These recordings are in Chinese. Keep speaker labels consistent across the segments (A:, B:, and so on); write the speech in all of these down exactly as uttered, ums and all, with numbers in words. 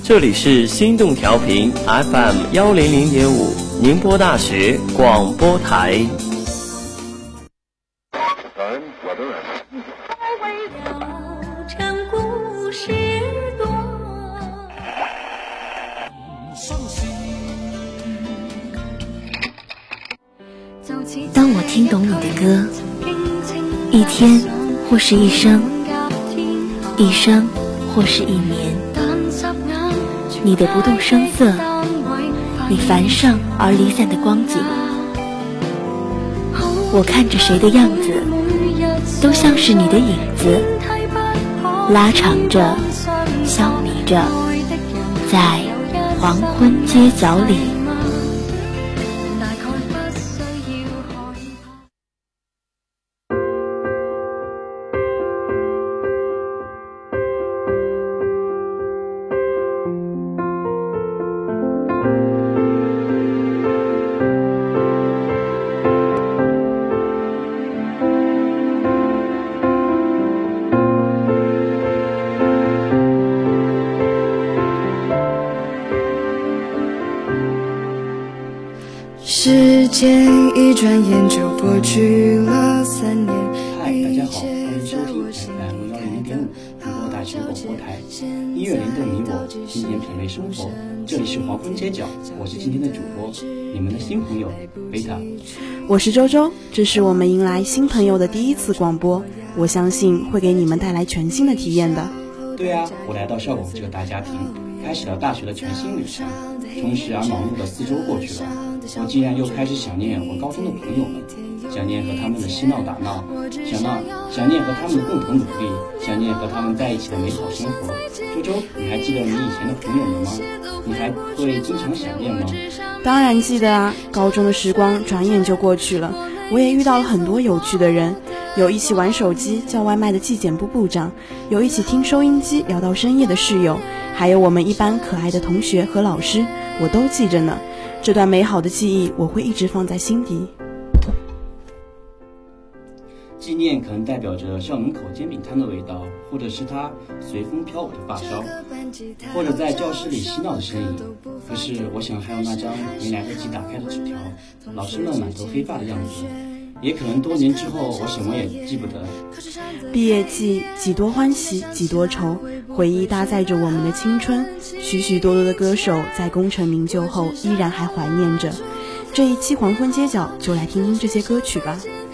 A: 这里是心动调频 F M 幺零零点五，宁波大学广播台。
B: 当我听懂你的歌，一天或是一生，一生或是一年，你的不动声色，你繁盛而离散的光景，我看着谁的样子，都像是你的影子，拉长着，消弭着，在黄昏街角里。
C: 时间一转眼就过去了三年。
D: 嗨，大家好，欢迎收听 F M 幺零零点五宁波大学广播台，音乐联动你我，经典品味生活。这里是黄昏街角，我是今天的主播，你们的新朋友贝塔。
E: 我是周周，这是我们迎来新朋友的第一次广播，我相信会给你们带来全新的体验的。
D: 对啊，我来到校广这个大家庭，开始了大学的全新旅程。充实而忙碌的四周过去了，我竟然又开始想念我高中的朋友们，想念和他们的嬉闹打闹，想闹想念和他们的共同努力，想念和他们在一起的美好生活。周周，你还记得你以前的朋友们吗？你还会经常想念吗？
E: 当然记得啊，高中的时光转眼就过去了，我也遇到了很多有趣的人，有一起玩手机叫外卖的纪检部部长，有一起听收音机聊到深夜的室友，还有我们一班可爱的同学和老师，我都记着呢。这段美好的记忆我会一直放在心底。
D: 纪念可能代表着校门口煎饼摊的味道，或者是他随风飘舞的发梢，或者在教室里嬉闹的身影。可是我想还有那张没来得及打开的纸条，老师们满头黑发的样子。也可能多年之后我什么也记不得。
E: 毕业季，几多欢喜几多愁，回忆搭载着我们的青春，许许多多的歌手在功成名就后依然还怀念着。这一期黄昏街角就来听听这些歌曲吧。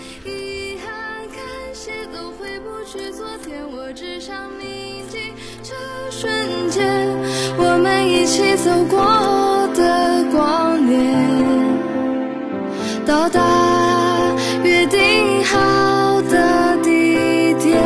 C: 瞬间我们一起走过的光年，到达约定好的地点，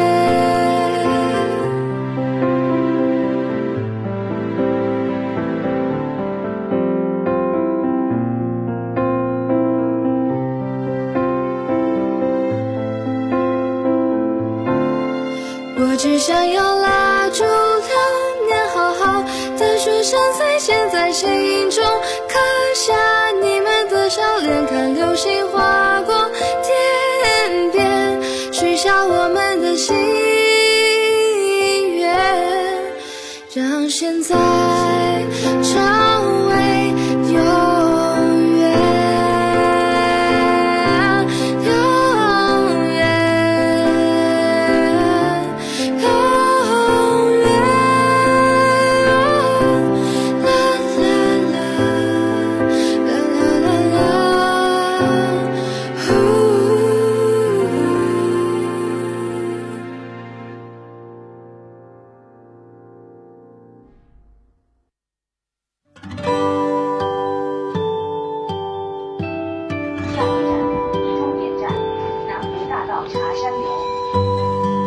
C: 我只想要拉住流年，好好的说声再见，在剪影中刻下你们的笑脸，看流星划过天边，许下我们的心愿，让现在成为永远，永远，永远。啦啦啦，啦啦啦啦，呼。
F: 下一站，终点站，南湖大道茶山楼。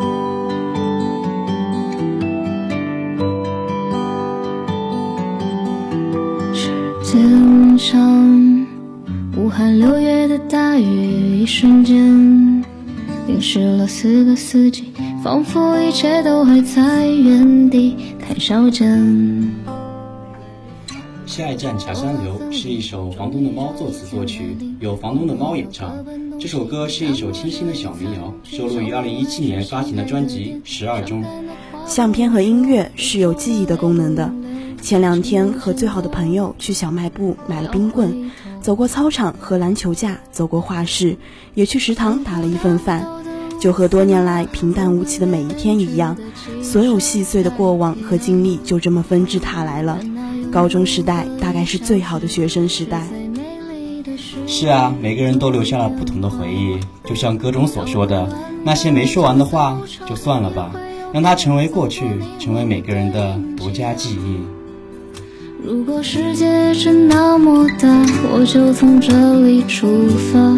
C: 时间长，武汉六月的大雨，一瞬间淋湿了四个四季，仿佛一切都还在原地看小镇。
D: 下一站茶山流是一首房东的猫作词作曲，由房东的猫演唱。这首歌是一首清新的小民谣，收录于二零一七年发行的专辑《十二中》。
E: 相片和音乐是有记忆的功能的， 前两天和最好的朋友去小卖部买了冰棍，走过操场和篮球架，走过画室，也去食堂打了一份饭。就和多年来平淡无奇的每一天一样，所有细碎的过往和经历就这么纷至沓来了。高中时代大概是最好的学生时代。
D: 是啊，每个人都留下了不同的回忆，就像歌中所说的，那些没说完的话就算了吧，让它成为过去，成为每个人的独家记忆。
C: 如果世界是那么大，我就从这里出发。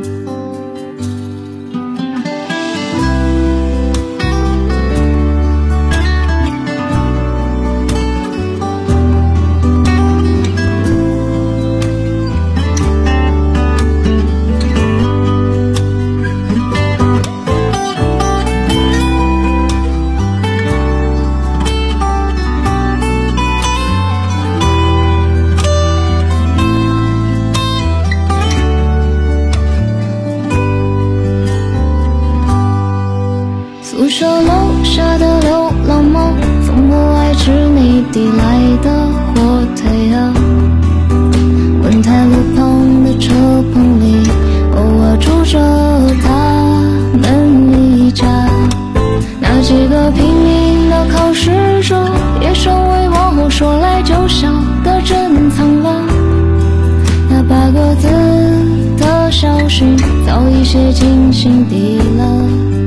C: 宿舍楼下的流浪猫，从不爱吃你递来的火腿啊。文台路旁的车棚里，偶尔住着他们一家。那几个拼命的考试者，也成为往后说来就笑的珍藏了。那八个字的小讯，早已写进心底了。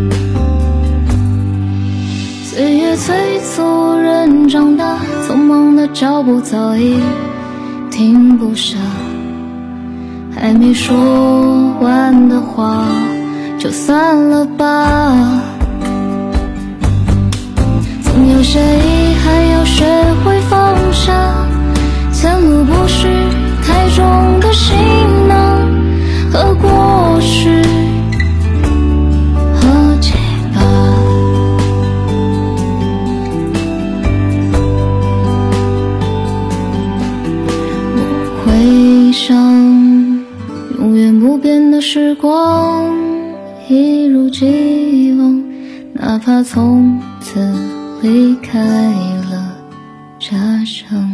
C: 岁月催促人长大，匆忙的脚步早已停不下，还没说完的话就算了吧。总有些遗憾要学会放下，前路不需太重的行囊和过去和结疤。回想永远不变的时光，一如既往，哪怕从此离开了家乡。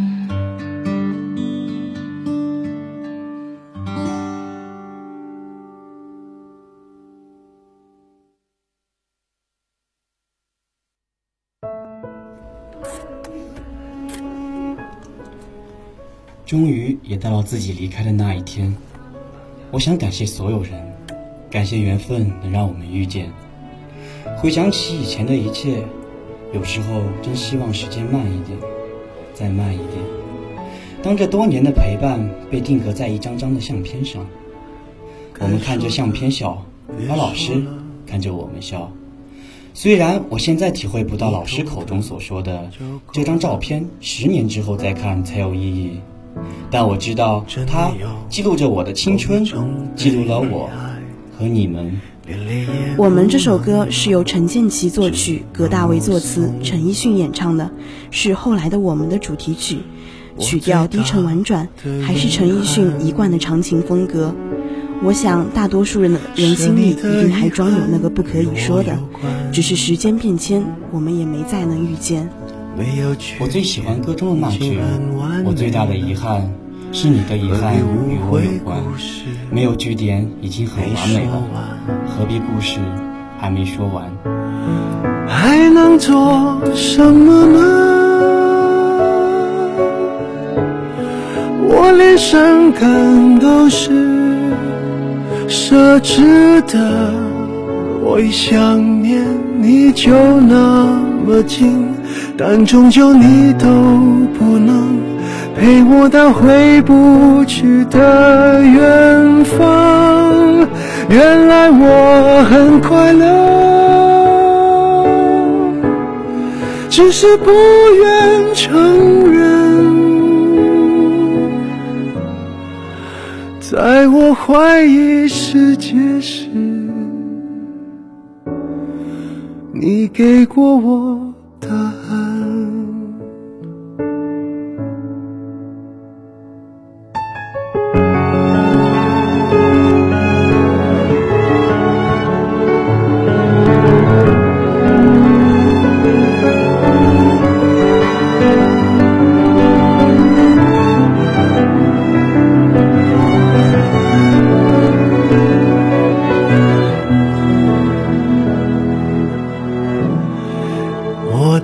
D: 终于也到了自己离开的那一天，我想感谢所有人，感谢缘分能让我们遇见。回想起以前的一切，有时候真希望时间慢一点，再慢一点。当这多年的陪伴被定格在一张张的相片上，我们看着相片笑，而老师看着我们笑。虽然我现在体会不到老师口中所说的这张照片十年之后再看才有意义，但我知道它记录着我的青春，记录了我和你们。
E: 我们这首歌是由陈建骐作曲，葛大为作词，陈奕迅演唱的，是后来的我们的主题曲。曲调低沉婉转，还是陈奕迅一贯的长情风格。我想大多数人的人心里一定还装有那个不可以说的，只是时间变迁，我们也没再能遇见。
D: 我最喜欢歌中的那句，我最大的遗憾是你的遗憾与我有关，没有句点已经很完美了，何必故事还没说完。
G: 还能做什么呢？我连伤感都是奢侈的，我一想念你就那么近，但终究你都不能陪我到回不去的远方。原来我很快乐，只是不愿承认。在我怀疑世界时，你给过我答案。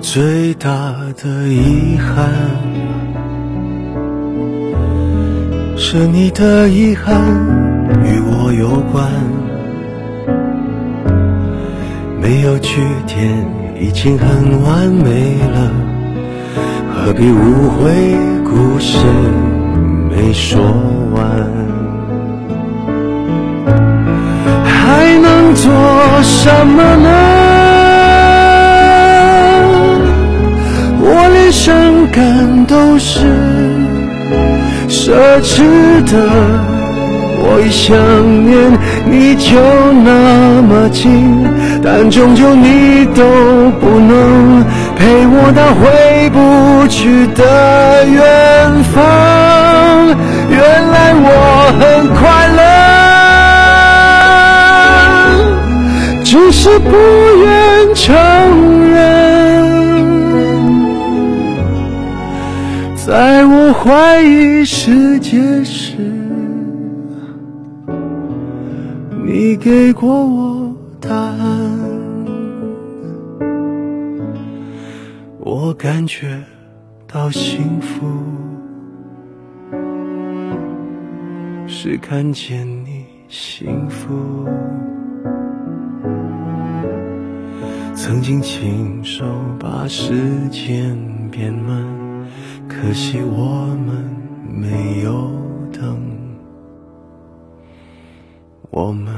G: 最大的遗憾，是你的遗憾与我有关，没有句点已经很完美了，何必误会故事没说完？还能做什么呢？我连伤感都是奢侈的，我一想念你就那么近，但终究你都不能陪我到回不去的远方。原来我很快乐，只是不愿承认。在我怀疑世界时，你给过我答案，我感觉到幸福，是看见你幸福。曾经亲手把时间变慢，可惜我们没有等，我们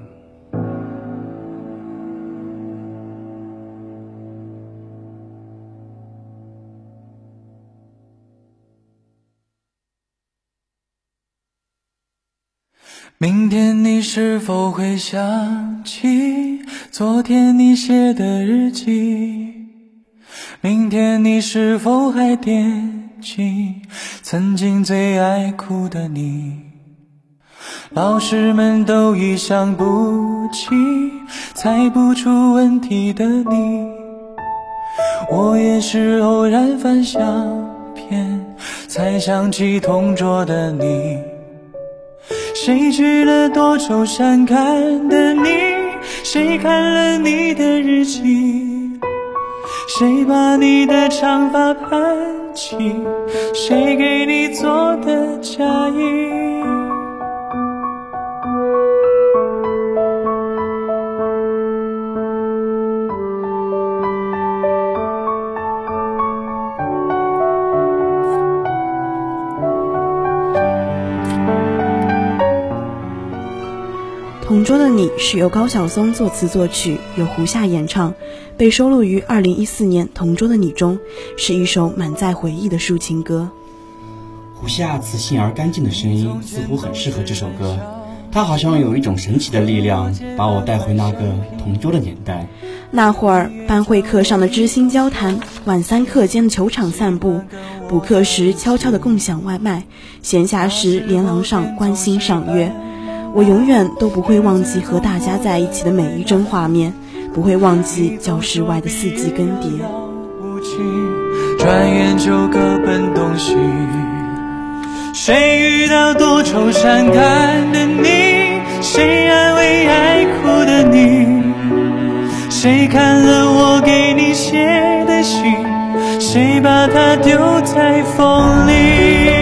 H: 明天你是否会想起昨天你写的日记？明天你是否还惦记曾经最爱哭的你？老师们都已想不起猜不出问题的你，我也是偶然翻相片才想起同桌的你。谁去了多愁善感的你？谁看了你的日记？谁把你的长发盘起？谁给你做的嫁衣？
E: 同桌的你是由高晓松作词作曲，由胡夏演唱，被收录于二零一四年《同桌的你》中，是一首满载回忆的抒情歌。
D: 胡夏磁性而干净的声音似乎很适合这首歌，它好像有一种神奇的力量，把我带回那个同桌的年代。
E: 那会儿班会课上的知心交谈，晚三课间的球场散步，补课时悄悄地共享外卖，闲暇时连廊上关心赏月。我永远都不会忘记和大家在一起的每一帧画面，不会忘记教室外的四季更迭。
H: 转眼就各奔东西，谁遇到多愁善感的你？谁安慰爱哭的你？谁看了我给你写的信？谁把它丢在风里？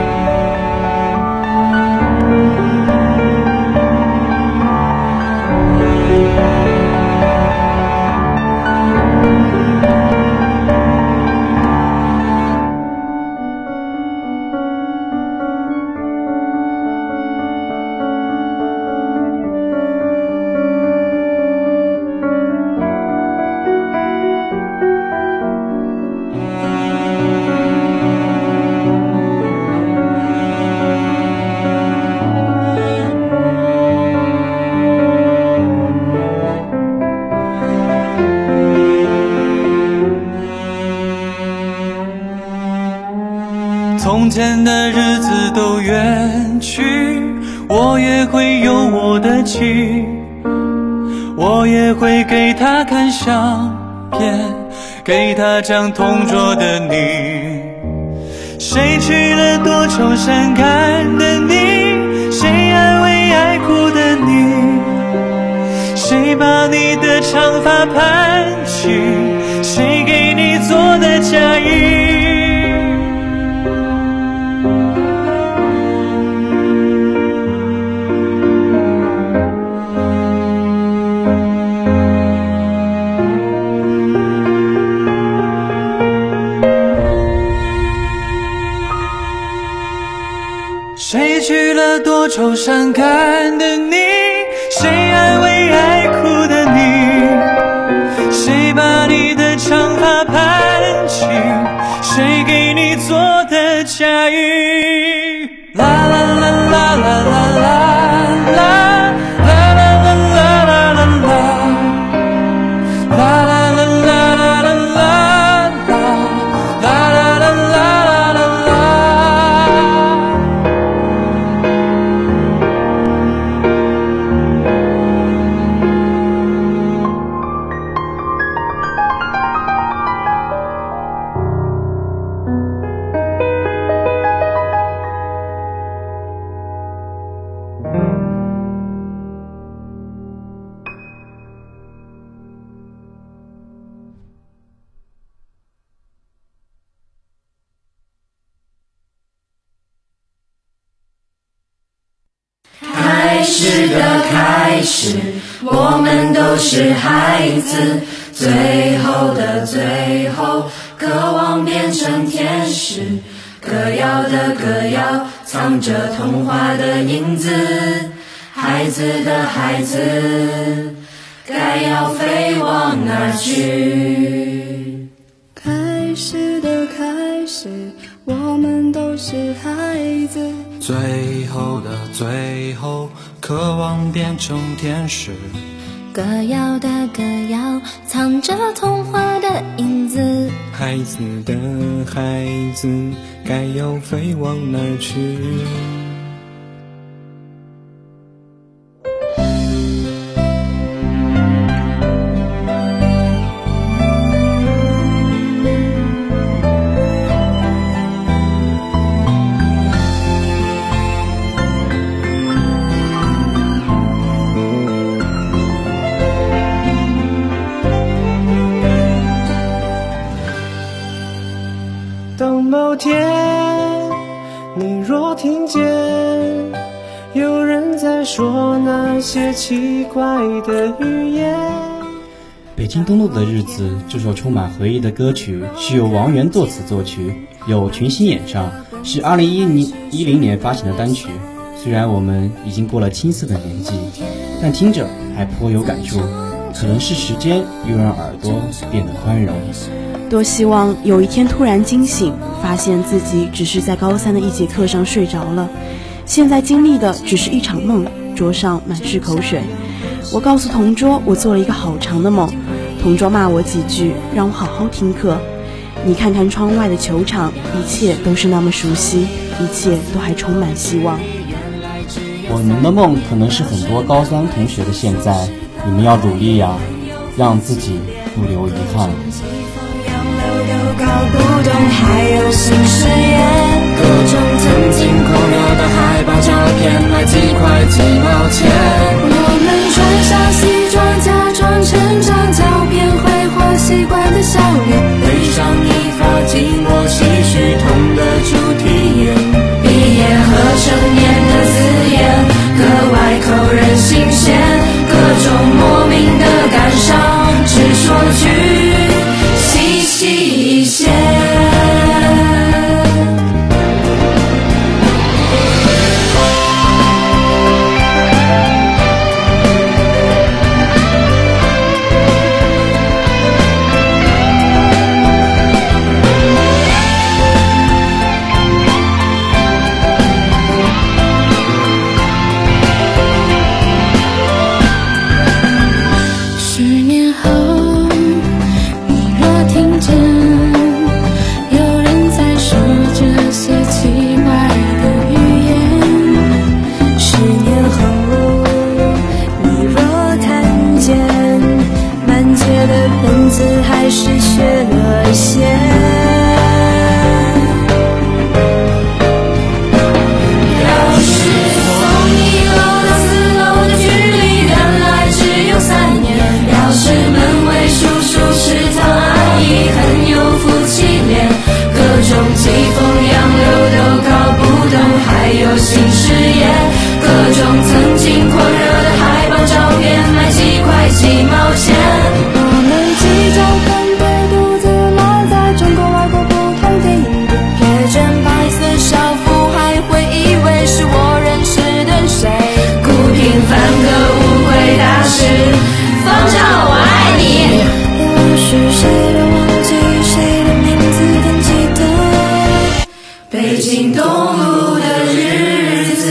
H: 从前的日子都远去，我也会有我的情，我也会给他看相片，给他讲同桌的你。谁娶了多愁善感的你？谁安慰爱哭的你？谁把你的长发盘起？谁给你你做的嫁衣。谁娶了多愁善感的你？谁安慰爱哭的你？谁把你的长发盘起？谁给你做的嫁衣？啦啦啦啦啦啦啦啦。
C: 开始的开始，我们都是孩子，最后的最后，渴望变成天使。歌谣的歌谣，藏着童话的影子，孩子的孩子，该要飞往哪儿去？开始的开始，我们都是孩子，
H: 最后的最后，渴望变成天使。
C: 歌谣的歌谣，藏着童话的影子，
H: 孩子的孩子，该要飞往哪儿去？
G: 当某天你若听见有人在说那些奇怪的语言。
D: 北京东路的日子这首充满回忆的歌曲是由王源作词作曲，由群星演唱，是二零一零年发行的单曲。虽然我们已经过了青涩的年纪，但听着还颇有感触，可能是时间又让耳朵变得宽容。
E: 多希望有一天突然惊醒，发现自己只是在高三的一节课上睡着了，现在经历的只是一场梦，桌上满是口水。我告诉同桌我做了一个好长的梦，同桌骂我几句，让我好好听课。你看看窗外的球场，一切都是那么熟悉，一切都还充满希望。
D: 我们的梦可能是很多高三同学的现在，你们要努力呀，让自己不留遗憾。
C: 搞不懂，还有新誓言，各种曾经狂热的海报照片，卖几块几毛钱。我们穿上西装，假装成长，照片挥霍习惯的笑脸，背上一发寂寞唏嘘痛的主题眼。毕业和成年的字眼，格外扣人心弦，各种莫名的感伤，只说句夫妻脸，各种疾风洋流都搞不懂，还有新事业，各种曾经狂热的海报照片，卖几块几毛钱。我们即将分别独自埋在中国外国不同地点，别卷白色校服还会以为是我认识的谁，不平凡的误会大师，方丈我爱你，连我是谁都忘记，谁的名字更记得，北京东路的日子。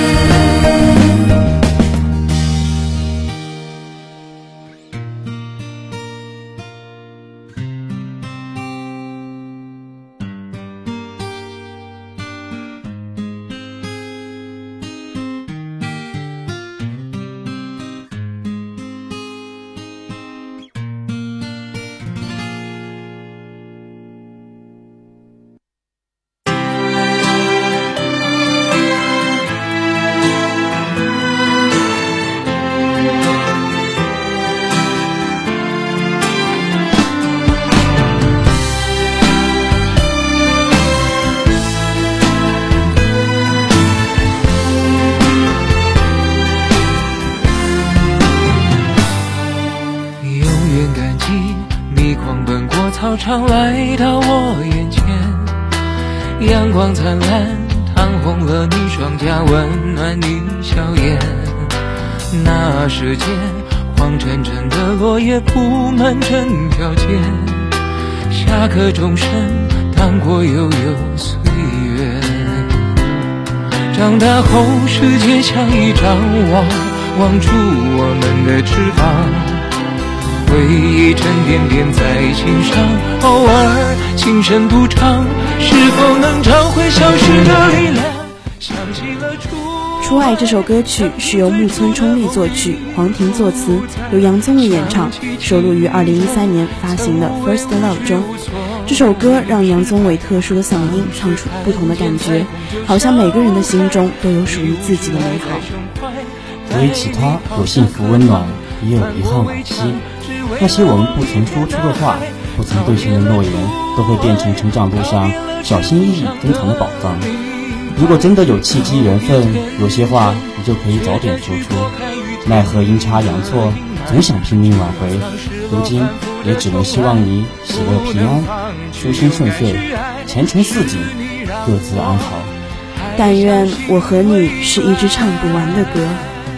H: 操场来到我眼前，阳光灿烂，烫红了你双颊，温暖你笑颜。那时间，黄澄澄的落叶铺满整条街，下课钟声荡过悠悠岁月。长大后，世界像一张网，网住我们的翅膀。回忆沉甸甸在心上，偶尔轻声独唱，是否能找回消失的力量？想起了初
E: 初爱这首歌曲是由木村冲利作曲，黄婷作词，由杨宗纬演唱，收录于二零一三年发行的《First Love》中。这首歌让杨宗纬特殊的嗓音唱出不同的感觉，好像每个人的心中都有属于自己的美好。
I: 回忆起他，有幸福温暖，也有遗憾惋惜。那些我们不曾说出的话，不曾兑现的诺言，都会变成成长路上小心翼翼珍藏的宝藏。如果真的有契机缘分，有些话你就可以早点说出，奈何阴差阳错，总想拼命挽回，如今也只能希望你喜乐平安，舒心顺遂，前程似锦，各自安好。
E: 但愿我和你是一支唱不完的歌。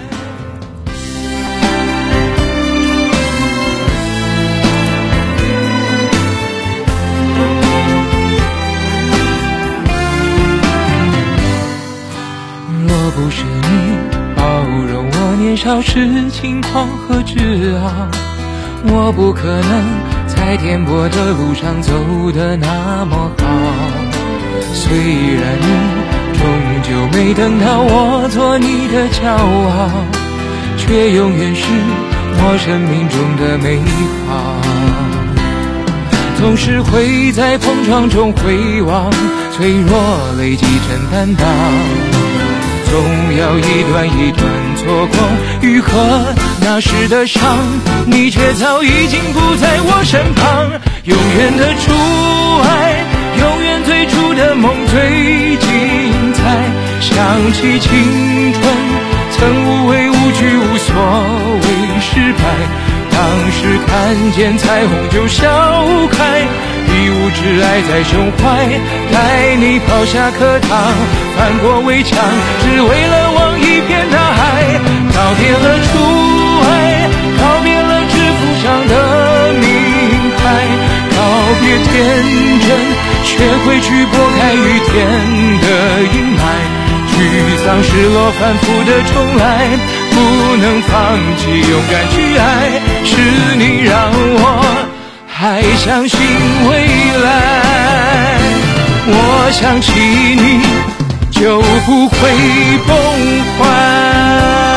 H: 不是你包容我年少时轻狂和自傲，我不可能在颠簸的路上走得那么好。虽然你终究没等到我做你的骄傲，却永远是我生命中的美好。总是会在碰撞中回望，脆弱累积成担当，总要一段一段错过愈合那时的伤，你却早已经不在我身旁。永远的初爱，永远最初的梦最精彩。想起青春，曾无畏无惧，无所谓失败。当时看见彩虹就笑开，一无挚爱在胸怀，带你跑下课堂，翻过围墙，只为了望一片大海。告别了初爱，告别了制服上的名牌，告别天真，学会去拨开雨天的阴霾。沮丧失落反复的重来，不能放弃勇敢去爱，是你让我还相信未来。我想起你就不会崩坏。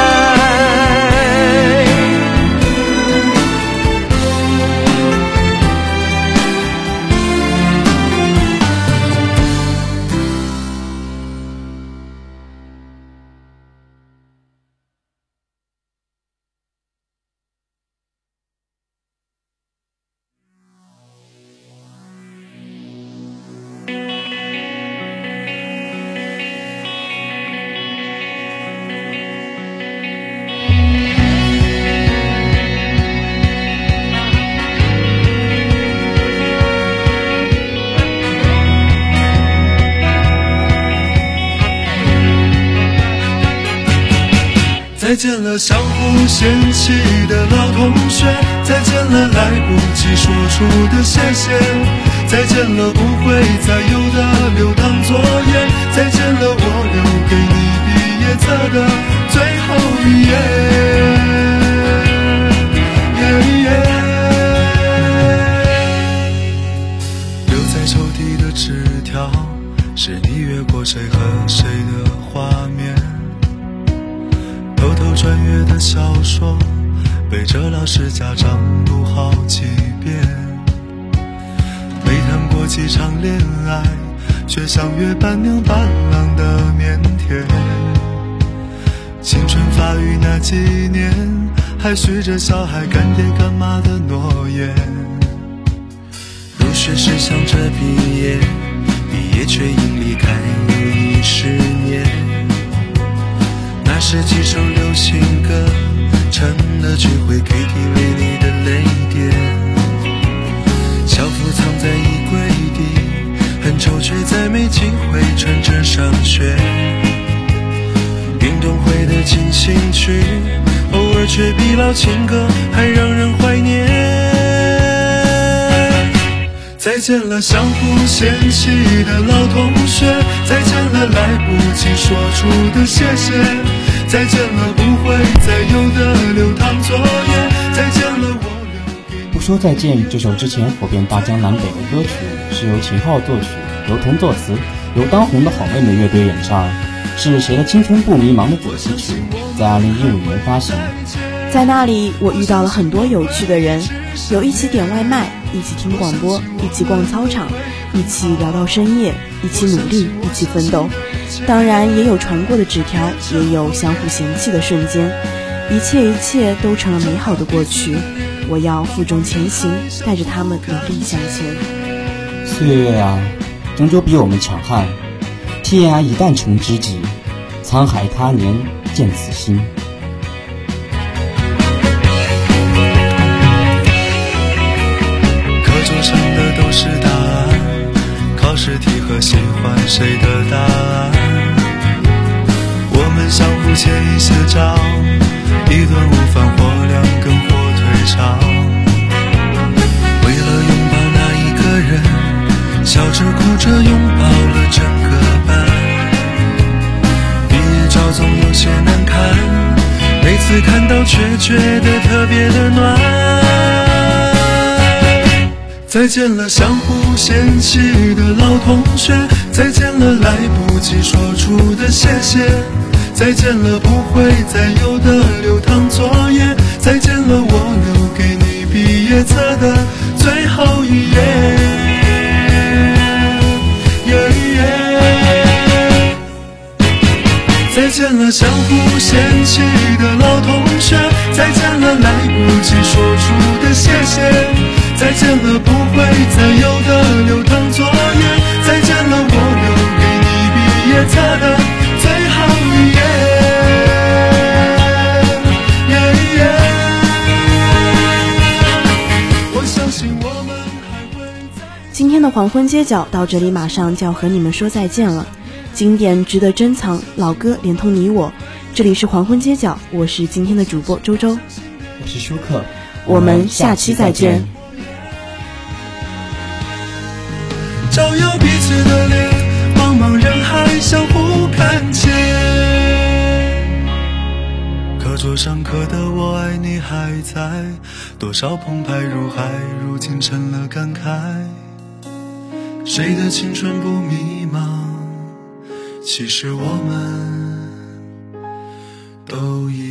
G: 再见了相互嫌弃的老同学，再见了来不及说出的谢谢，再见了不会再有的流淌作业，再见了我留给你毕业册的最后一页，耶耶。留在抽屉的纸条，是你越过谁和谁的画面，偷偷穿越的小说，背着老师家长读好几遍，没谈过几场恋爱，却像约伴娘伴郎的腼腆，青春发育那几年，还许着小孩干爹干妈的诺言，入学时想着毕业，毕业却因离开又已十年，那是几首流行歌成了聚会 K T V 里的泪点，校服藏在衣柜底，很丑却再没机会穿着上学，运动会的进行曲偶尔却比老情歌还让人怀念。再见了相互嫌弃的老同学，再见了来不及说出的谢谢，再见了不会再有的流淌作业，再见了我留给你。
I: 不说再见这首之前火遍大江南北的歌曲，是由秦昊作曲，刘彤作词，由当红的好妹妹乐队演唱，是谁的青春不迷茫的主题曲，在二零一五年发行。
E: 在那里我遇到了很多有趣的人，有一起点外卖，一起听广播，一起逛操场，一起聊到深夜，一起努力，一起奋斗。当然也有传过的纸条，也有相互嫌弃的瞬间，一切一切都成了美好的过去。我要负重前行，带着他们努力向前。
I: 岁月啊，终究比我们强悍，天涯一旦成知己，沧海他年见此心。
G: 课桌上的都是答案，考试题和喜欢谁的答案，我们相互借一些招，一顿午饭或两根火腿肠，为了拥抱那一个人，笑着哭着拥抱了整个班，毕业照总有些难看，每次看到却觉得特别的暖。再见了相互嫌弃的老同学，再见了来不及说出的谢谢，再见了不会再有的流淌作业，再见了我留给你毕业册的最后一页，耶耶。再见了相互嫌弃的老同学，再见了来不及说出的谢谢，再见了不会再有的流淌作业，再见了我留给你毕业册的最后一页，耶耶。我相信我们还会在。
E: 今天的黄昏街角到这里马上就要和你们说再见了，经典值得珍藏，老歌连通你我。这里是黄昏街角，我是今天的主播周周，
I: 我是舒克，
E: 我们下期再见。
G: 照耀彼此的脸，茫茫人海相互看见，课桌上刻的我爱你还在，多少澎湃如海，如今成了感慨，谁的青春不迷茫，其实我们都一